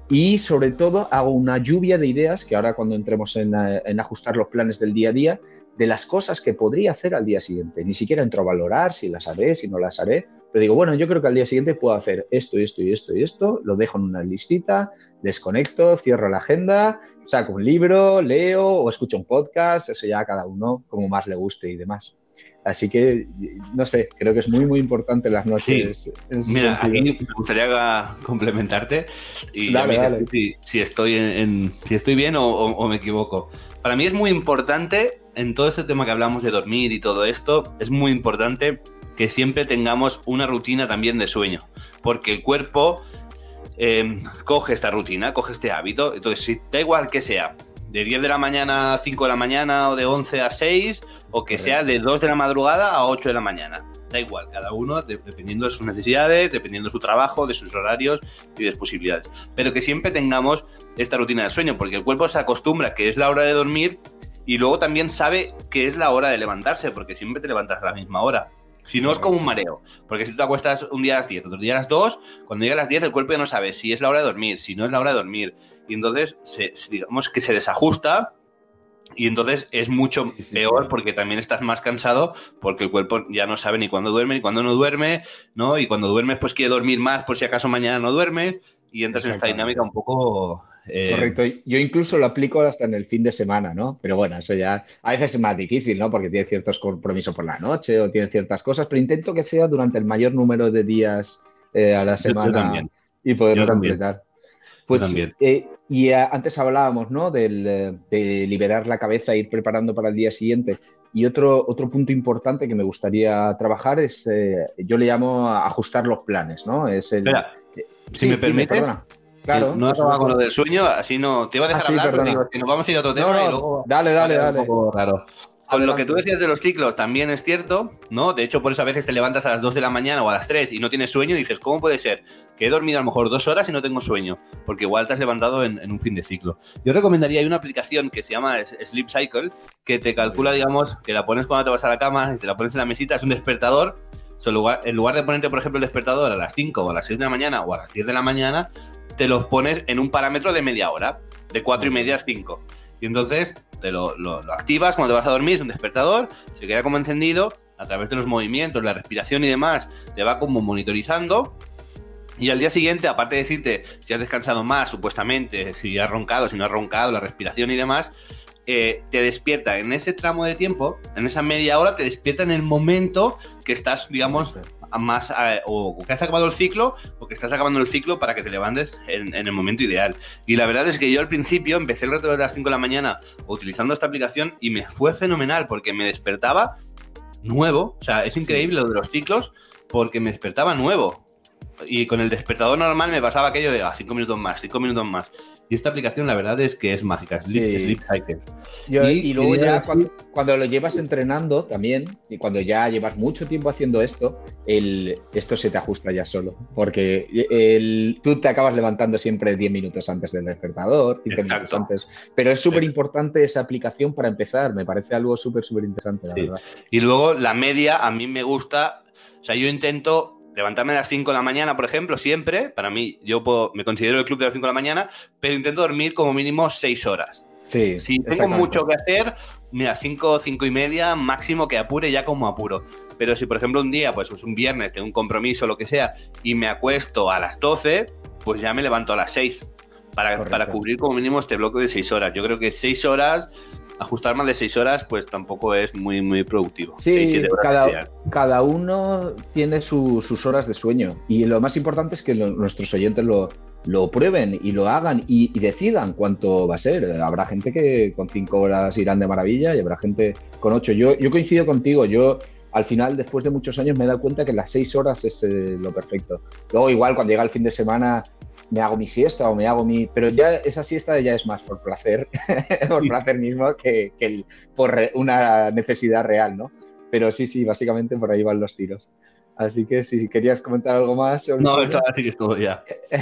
y sobre todo hago una lluvia de ideas, que ahora cuando entremos en, en ajustar los planes del día a día, de las cosas que podría hacer al día siguiente. Ni siquiera entro a valorar si las haré, si no las haré, pero digo, bueno, yo creo que al día siguiente puedo hacer esto y esto y esto y esto, lo dejo en una listita, desconecto, cierro la agenda, saco un libro, leo o escucho un podcast, eso ya a cada uno como más le guste y demás. Así que, no sé, creo que es muy, muy importante las noches. Sí. Mira, aquí me gustaría complementarte y dale, ya me dale. dices si, si, estoy en, en, si estoy bien o, o, o me equivoco. Para mí es muy importante, en todo este tema que hablamos de dormir y todo esto, es muy importante que siempre tengamos una rutina también de sueño, porque el cuerpo eh, coge esta rutina, coge este hábito, entonces si da igual que sea, de diez de la mañana a cinco de la mañana o de once a seis, o que sea de dos de la madrugada a ocho de la mañana. Da igual, cada uno de, dependiendo de sus necesidades, dependiendo de su trabajo, de sus horarios y de sus posibilidades. Pero que siempre tengamos esta rutina del sueño, porque el cuerpo se acostumbra que es la hora de dormir y luego también sabe que es la hora de levantarse, porque siempre te levantas a la misma hora. Si no, es como un mareo, porque si tú te acuestas un día a las diez, otro día a las dos, cuando llega a las diez el cuerpo ya no sabe si es la hora de dormir, si no es la hora de dormir. Y entonces, se, digamos que se desajusta y entonces es mucho sí, sí, peor sí. Porque también estás más cansado porque el cuerpo ya no sabe ni cuándo duerme ni cuándo no duerme, ¿no? Y cuando duermes pues quiere dormir más por si acaso mañana no duermes y entras en esta dinámica un poco... Eh... Correcto. Yo incluso lo aplico hasta en el fin de semana, ¿no? Pero bueno, eso ya a veces es más difícil, ¿no? Porque tienes ciertos compromisos por la noche o tienes ciertas cosas, pero intento que sea durante el mayor número de días eh, a la semana y poderlo completar. Pues, también. Eh, y a, antes hablábamos, ¿no? Del, de liberar la cabeza e ir preparando para el día siguiente. Y otro, otro punto importante que me gustaría trabajar es, eh, yo le llamo ajustar los planes, ¿no? Es el, Espera, eh, si sí, me permites, perdona. Claro, no he acabado con lo del sueño, así no te iba a dejar ah, sí, hablar, pero digo, que nos vamos a ir a otro tema no, no, y luego... Dale, dale, dale. Un poco raro. Con lo que tú decías de los ciclos también es cierto, ¿no? De hecho, por eso a veces te levantas a las dos de la mañana o a las tres y no tienes sueño y dices, ¿cómo puede ser que he dormido a lo mejor dos horas y no tengo sueño? Porque igual te has levantado en, en un fin de ciclo. Yo recomendaría, hay una aplicación que se llama Sleep Cycle, que te calcula, digamos, que la pones cuando te vas a la cama y te la pones en la mesita, es un despertador. So, en, lugar, en lugar de ponerte, por ejemplo, el despertador a las cinco o a las seis de la mañana o a las diez de la mañana, te los pones en un parámetro de media hora, de cuatro y media a cinco. Y entonces te lo, lo, lo activas cuando te vas a dormir, es un despertador, se queda como encendido, a través de los movimientos, la respiración y demás, te va como monitorizando. Y al día siguiente, aparte de decirte si has descansado más, supuestamente, si has roncado, si no has roncado, la respiración y demás, eh, te despierta en ese tramo de tiempo, en esa media hora, te despierta en el momento que estás, digamos, más eh, o que has acabado el ciclo o que estás acabando el ciclo para que te levantes en, en el momento ideal. Y la verdad es que yo al principio empecé el reto de las cinco de la mañana utilizando esta aplicación y me fue fenomenal porque me despertaba nuevo. O sea, es increíble sí. Lo de los ciclos porque me despertaba nuevo. Y con el despertador normal me pasaba aquello de ah, cinco minutos más, cinco minutos más. Y esta aplicación la verdad es que es mágica, Sleep, sí. Sleep Cycle. Yo, y, y luego ya cuando, cuando lo llevas entrenando también, y cuando ya llevas mucho tiempo haciendo esto, el, esto se te ajusta ya solo. Porque el, tú te acabas levantando siempre diez minutos antes del despertador, cinco minutos antes. Pero es súper importante esa aplicación para empezar. Me parece algo súper, súper interesante, la sí. verdad. Y luego la media a mí me gusta, o sea, yo intento levantarme a las cinco de la mañana, por ejemplo, siempre. Para mí, yo puedo, me considero el club de las cinco de la mañana, pero intento dormir como mínimo seis horas. Sí, si tengo mucho que hacer, mira, cinco, cinco y media, máximo que apure ya como apuro. Pero si, por ejemplo, un día, pues es un viernes, tengo un compromiso o lo que sea, y me acuesto a las doce, pues ya me levanto a las seis. Para, para cubrir como mínimo este bloque de seis horas. Yo creo que seis horas... Ajustar más de seis horas, pues tampoco es muy, muy productivo. Sí, seis, cada, cada uno tiene su, sus horas de sueño. Y lo más importante es que lo, nuestros oyentes lo, lo prueben y lo hagan y, y decidan cuánto va a ser. Habrá gente que con cinco horas irán de maravilla y habrá gente con ocho. Yo, yo coincido contigo. Yo, al final, después de muchos años, me he dado cuenta que las seis horas es eh, lo perfecto. Luego, igual, cuando llega el fin de semana... me hago mi siesta o me hago mi... Pero ya esa siesta ya es más por placer, por sí. placer mismo que, que el, por una necesidad real, ¿no? Pero sí, sí, básicamente por ahí van los tiros. Así que si querías comentar algo más... Sobre no, eso así que es todo ya.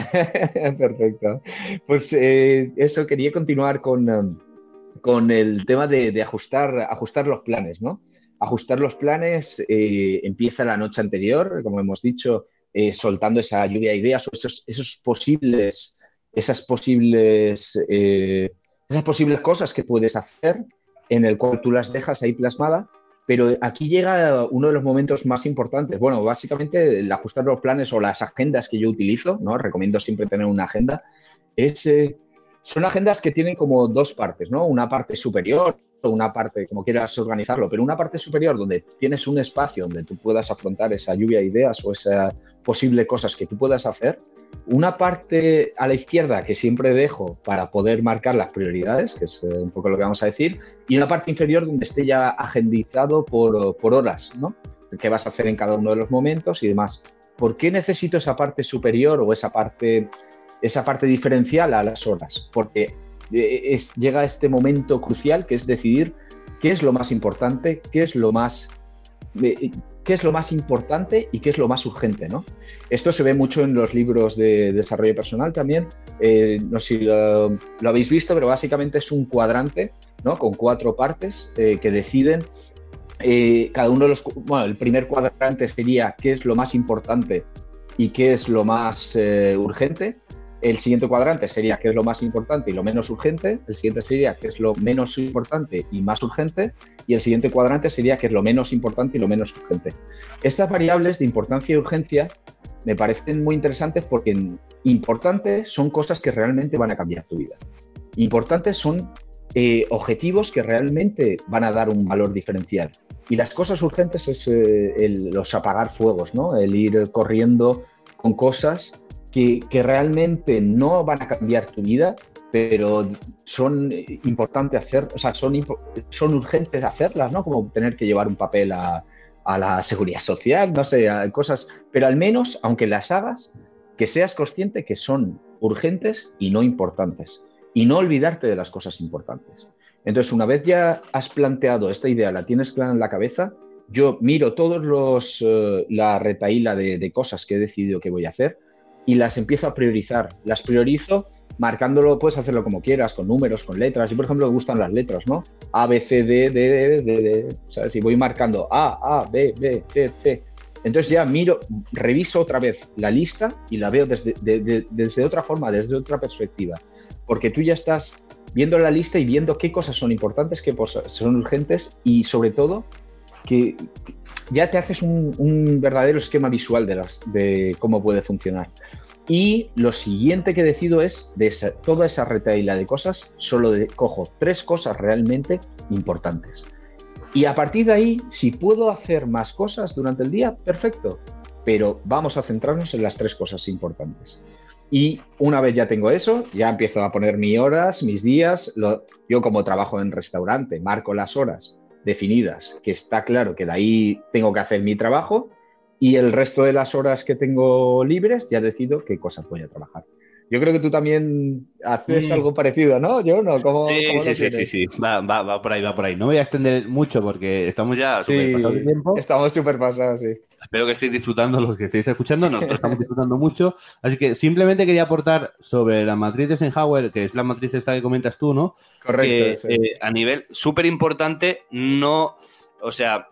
Perfecto. Pues eh, eso, quería continuar con, um, con el tema de, de ajustar, ajustar los planes, ¿no? Ajustar los planes eh, empieza la noche anterior, como hemos dicho, Eh, soltando esa lluvia de ideas o esos, esos posibles esas posibles, eh, esas posibles cosas que puedes hacer, en el cual tú las dejas ahí plasmadas. Pero aquí llega uno de los momentos más importantes. Bueno, básicamente el ajustar los planes o las agendas que yo utilizo, ¿no? Recomiendo siempre tener una agenda. Es, eh, son agendas que tienen como dos partes, ¿no? Una parte superior o una parte, como quieras organizarlo, pero una parte superior donde tienes un espacio donde tú puedas afrontar esa lluvia de ideas o esas posibles cosas que tú puedas hacer. Una parte a la izquierda que siempre dejo para poder marcar las prioridades, que es un poco lo que vamos a decir, y una parte inferior donde esté ya agendizado por, por horas, ¿no? ¿Qué vas a hacer en cada uno de los momentos y demás? ¿Por qué necesito esa parte superior o esa parte, esa parte diferencial a las horas? Porque es, llega este momento crucial que es decidir qué es lo más importante, qué es lo más... De, qué es lo más importante y qué es lo más urgente, ¿no? Esto se ve mucho en los libros de desarrollo personal también. Eh, no sé si lo, lo habéis visto, pero básicamente es un cuadrante, ¿no? Con cuatro partes eh, que deciden eh, cada uno de los... Bueno, el primer cuadrante sería qué es lo más importante y qué es lo más eh, urgente. El siguiente cuadrante sería qué es lo más importante y lo menos urgente. El siguiente sería qué es lo menos importante y más urgente. Y el siguiente cuadrante sería qué es lo menos importante y lo menos urgente. Estas variables de importancia y urgencia me parecen muy interesantes porque importantes son cosas que realmente van a cambiar tu vida. Importantes son eh, objetivos que realmente van a dar un valor diferencial. Y las cosas urgentes es eh, el, los apagar fuegos, ¿no? El ir corriendo con cosas Que, que realmente no van a cambiar tu vida, pero son importantes hacer, o sea, son, son urgentes hacerlas, ¿no? Como tener que llevar un papel a, a la seguridad social, no sé, a cosas, pero al menos, aunque las hagas, que seas consciente que son urgentes y no importantes, y no olvidarte de las cosas importantes. Entonces, una vez ya has planteado esta idea, la tienes clara en la cabeza, yo miro todos los, uh, la retahíla de, de cosas que he decidido que voy a hacer, y las empiezo a priorizar. Las priorizo marcándolo, puedes hacerlo como quieras, con números, con letras. Yo, por ejemplo, me gustan las letras, ¿no? A, B, C, D, D, D, D, D, ¿sabes? Y voy marcando A, A, B, B, C, C. Entonces ya miro, reviso otra vez la lista y la veo desde, de, de, desde otra forma, desde otra perspectiva. Porque tú ya estás viendo la lista y viendo qué cosas son importantes, qué cosas son urgentes y, sobre todo, que ya te haces un, un verdadero esquema visual de, las, de cómo puede funcionar. Y lo siguiente que decido es, de esa, toda esa retahíla de cosas, solo de, cojo tres cosas realmente importantes. Y a partir de ahí, si puedo hacer más cosas durante el día, perfecto. Pero vamos a centrarnos en las tres cosas importantes. Y una vez ya tengo eso, ya empiezo a poner mis horas, mis días. Lo, yo como trabajo en restaurante, marco las horas definidas, que está claro que de ahí tengo que hacer mi trabajo, y el resto de las horas que tengo libres ya decido qué cosas voy a trabajar. Yo creo que tú también haces mm. algo parecido, ¿no? Yo no, ¿cómo, sí, cómo sí, lo sí, sí, sí, va, va, va por ahí, va por ahí. No voy a extender mucho porque estamos ya súper sí, pasados de tiempo. Estamos súper pasados, sí. Espero que estéis disfrutando los que estéis escuchando, nosotros estamos disfrutando mucho. Así que simplemente quería aportar sobre la matriz de Eisenhower, que es la matriz esta que comentas tú, ¿no? Correcto. Que, eso es. eh, a nivel súper importante, no, o sea,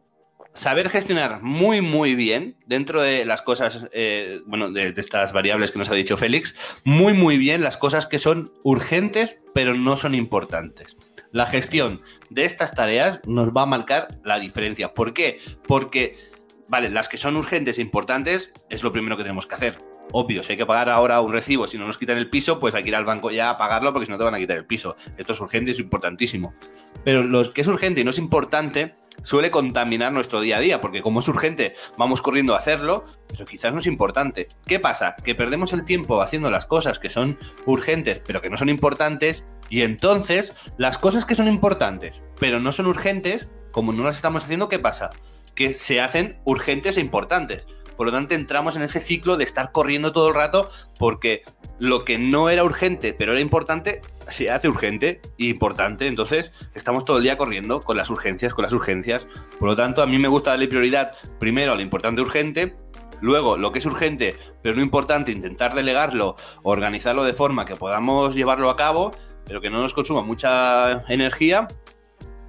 saber gestionar muy, muy bien dentro de las cosas, eh, bueno, de, de estas variables que nos ha dicho Félix, muy, muy bien las cosas que son urgentes, pero no son importantes. La gestión de estas tareas nos va a marcar la diferencia. ¿Por qué? Porque, vale, las que son urgentes e importantes es lo primero que tenemos que hacer. Obvio, si hay que pagar ahora un recibo, si no nos quitan el piso, pues hay que ir al banco ya a pagarlo porque si no te van a quitar el piso. Esto es urgente y es importantísimo. Pero lo que es urgente y no es importante suele contaminar nuestro día a día, porque como es urgente, vamos corriendo a hacerlo, pero quizás no es importante. ¿Qué pasa? Que perdemos el tiempo haciendo las cosas que son urgentes, pero que no son importantes, y entonces las cosas que son importantes, pero no son urgentes, como no las estamos haciendo, ¿qué pasa? Que se hacen urgentes e importantes. Por lo tanto, entramos en ese ciclo de estar corriendo todo el rato porque lo que no era urgente, pero era importante, se hace urgente e importante. Entonces, estamos todo el día corriendo con las urgencias, con las urgencias. Por lo tanto, a mí me gusta darle prioridad primero a lo importante urgente, luego lo que es urgente, pero no importante, intentar delegarlo, organizarlo de forma que podamos llevarlo a cabo, pero que no nos consuma mucha energía.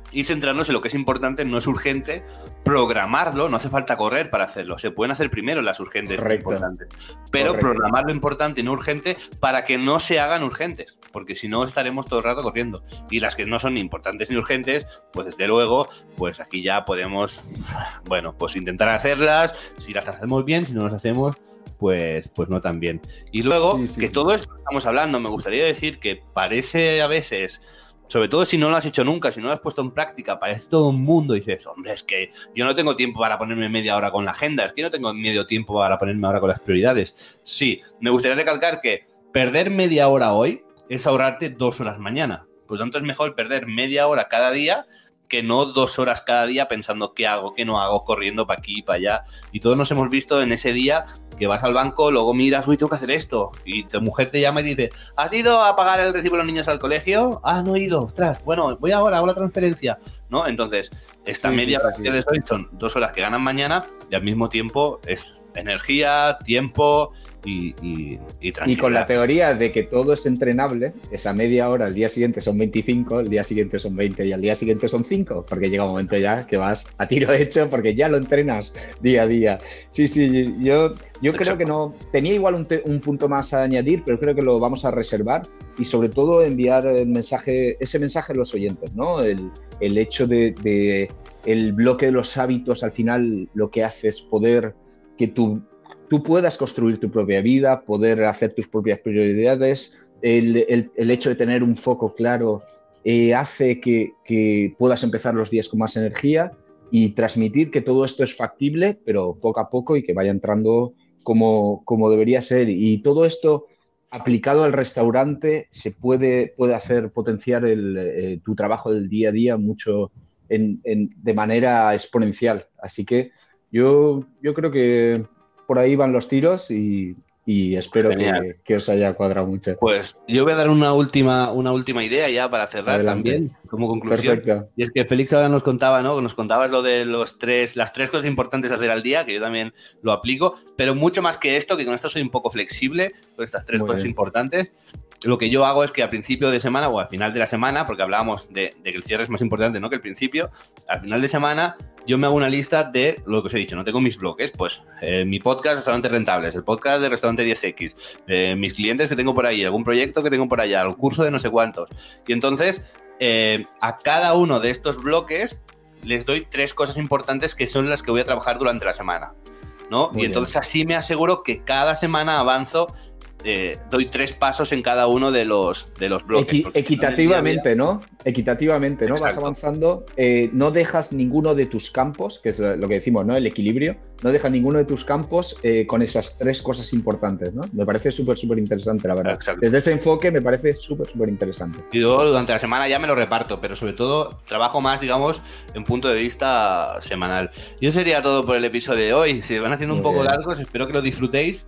y centrarnos en lo que es importante, no es urgente, programarlo, no hace falta correr para hacerlo, se pueden hacer primero las urgentes Correcto. importantes, pero Correcto. programar lo importante y no urgente para que no se hagan urgentes, porque si no estaremos todo el rato corriendo, y las que no son ni importantes ni urgentes, pues desde luego, pues aquí ya podemos, bueno, pues intentar hacerlas, si las hacemos bien, si no las hacemos, pues, pues no tan bien. Y luego, Sí, sí, que sí. todo esto que estamos hablando, me gustaría decir que parece a veces, sobre todo si no lo has hecho nunca, si no lo has puesto en práctica, parece todo un mundo, y dices, hombre, es que yo no tengo tiempo para ponerme media hora con la agenda, es que no tengo medio tiempo para ponerme ahora con las prioridades. Sí, me gustaría recalcar que perder media hora hoy es ahorrarte dos horas mañana. Por lo tanto, es mejor perder media hora cada día que no dos horas cada día pensando qué hago, qué no hago, corriendo para aquí y para allá. Y todos nos hemos visto en ese día que vas al banco, luego miras, uy, tengo que hacer esto. Y tu mujer te llama y dice, ¿has ido a pagar el recibo de los niños al colegio? Ah, no he ido, ostras, bueno, voy ahora, hago la transferencia. ¿No? Entonces, esta Sí, media sí, hora sí, que sí. les doy son dos horas que ganan mañana y al mismo tiempo es energía, tiempo y, y, y tranquilidad. Y con la teoría de que todo es entrenable, esa media hora, al día siguiente son veinticinco, el día siguiente son veinte y al día siguiente son cinco, porque llega un momento ya que vas a tiro hecho porque ya lo entrenas día a día. Sí, sí, yo, yo creo que no. Tenía igual un, te, un punto más a añadir, pero creo que lo vamos a reservar y sobre todo enviar el mensaje, ese mensaje a los oyentes, ¿no? El, el hecho de, de el bloque de los hábitos, al final lo que hace es poder que tú, tú puedas construir tu propia vida, poder hacer tus propias prioridades. El, el, el hecho de tener un foco claro eh, hace que, que puedas empezar los días con más energía y transmitir que todo esto es factible, pero poco a poco y que vaya entrando como, como debería ser. Y todo esto aplicado al restaurante se puede, puede hacer potenciar el, eh, tu trabajo del día a día mucho en, en, de manera exponencial. Así que yo, yo creo que por ahí van los tiros y, y espero que, que os haya cuadrado mucho. Pues yo voy a dar una última, una última idea ya para cerrar. Adelante. También como conclusión. Perfecto. Y es que Félix ahora nos contaba, ¿no? Nos contabas lo de los tres, las tres cosas importantes a hacer al día, que yo también lo aplico, pero mucho más que esto, que con esto soy un poco flexible, con estas tres Muy cosas bien. importantes. Lo que yo hago es que al principio de semana o al final de la semana, porque hablábamos de, de que el cierre es más importante, ¿no?, que el principio, al final de semana yo me hago una lista de lo que os he dicho, no tengo mis bloques, pues eh, mi podcast Restaurantes Rentables, el podcast de Restaurante diez equis, eh, mis clientes que tengo por ahí, algún proyecto que tengo por allá, el curso de no sé cuántos. Y entonces eh, a cada uno de estos bloques les doy tres cosas importantes que son las que voy a trabajar durante la semana, ¿no? Muy y entonces bien. Así me aseguro que cada semana avanzo. Eh, doy tres pasos en cada uno de los, de los bloques. Equi equitativamente, ¿no? Equitativamente, ¿no? Exacto. Vas avanzando, eh, no dejas ninguno de tus campos, que es lo que decimos, ¿no? El equilibrio, no dejas ninguno de tus campos eh, con esas tres cosas importantes, ¿no? Me parece súper, súper interesante, la verdad. Exacto. Desde ese enfoque me parece súper, súper interesante. Y yo durante la semana ya me lo reparto, pero sobre todo trabajo más, digamos, en punto de vista semanal. Y eso sería todo por el episodio de hoy. Se van haciendo Muy un poco bien. largos, espero que lo disfrutéis.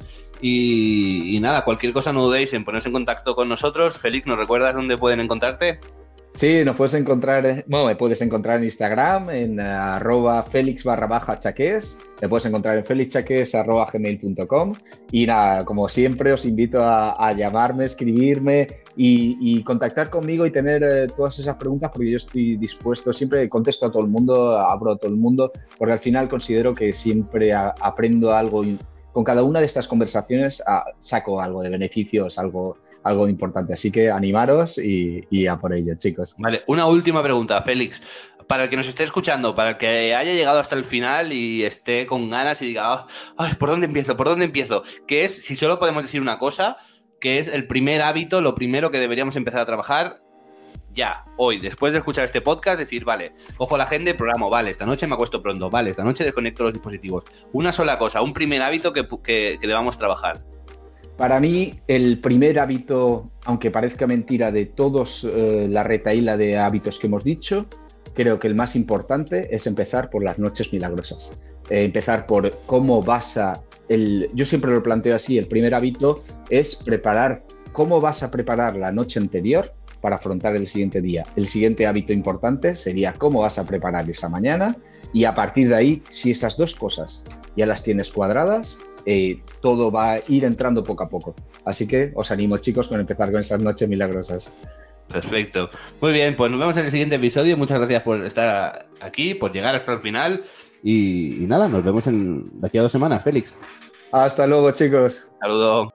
Y, y nada, cualquier cosa no dudéis en ponerse en contacto con nosotros. Félix, ¿nos recuerdas dónde pueden encontrarte? Sí, nos puedes encontrar, bueno, me puedes encontrar en Instagram, en uh, arroba Félix barra baja chaques, me puedes encontrar en felixchaques arroba gmail punto com y nada, como siempre os invito a, a llamarme, escribirme y, y contactar conmigo y tener eh, todas esas preguntas porque yo estoy dispuesto, siempre contesto a todo el mundo, abro a todo el mundo, porque al final considero que siempre a, aprendo algo y con cada una de estas conversaciones a, saco algo de beneficios, algo... algo importante, así que animaros y, y a por ello, chicos. Vale, una última pregunta, Félix. Para el que nos esté escuchando, para el que haya llegado hasta el final y esté con ganas y diga, ay, ¿por dónde empiezo? ¿Por dónde empiezo? Que es, si solo podemos decir una cosa, que es el primer hábito, lo primero que deberíamos empezar a trabajar ya, hoy, después de escuchar este podcast, decir, vale, cojo la agenda y programo, vale, esta noche me acuesto pronto, vale, esta noche desconecto los dispositivos. Una sola cosa, un primer hábito que, que, que debamos trabajar. Para mí, el primer hábito, aunque parezca mentira, de todos eh, la retahíla de hábitos que hemos dicho, creo que el más importante es empezar por las noches milagrosas. Eh, empezar por cómo vas a... El, yo siempre lo planteo así, el primer hábito es preparar, cómo vas a preparar la noche anterior para afrontar el siguiente día. El siguiente hábito importante sería cómo vas a preparar esa mañana y a partir de ahí, si esas dos cosas ya las tienes cuadradas, Eh, todo va a ir entrando poco a poco. Así que os animo, chicos, con empezar con esas noches milagrosas. Perfecto. Muy bien, pues nos vemos en el siguiente episodio. Muchas gracias por estar aquí, por llegar hasta el final. Y, y nada, nos vemos en, de aquí a dos semanas, Félix. Hasta luego, chicos. Saludos.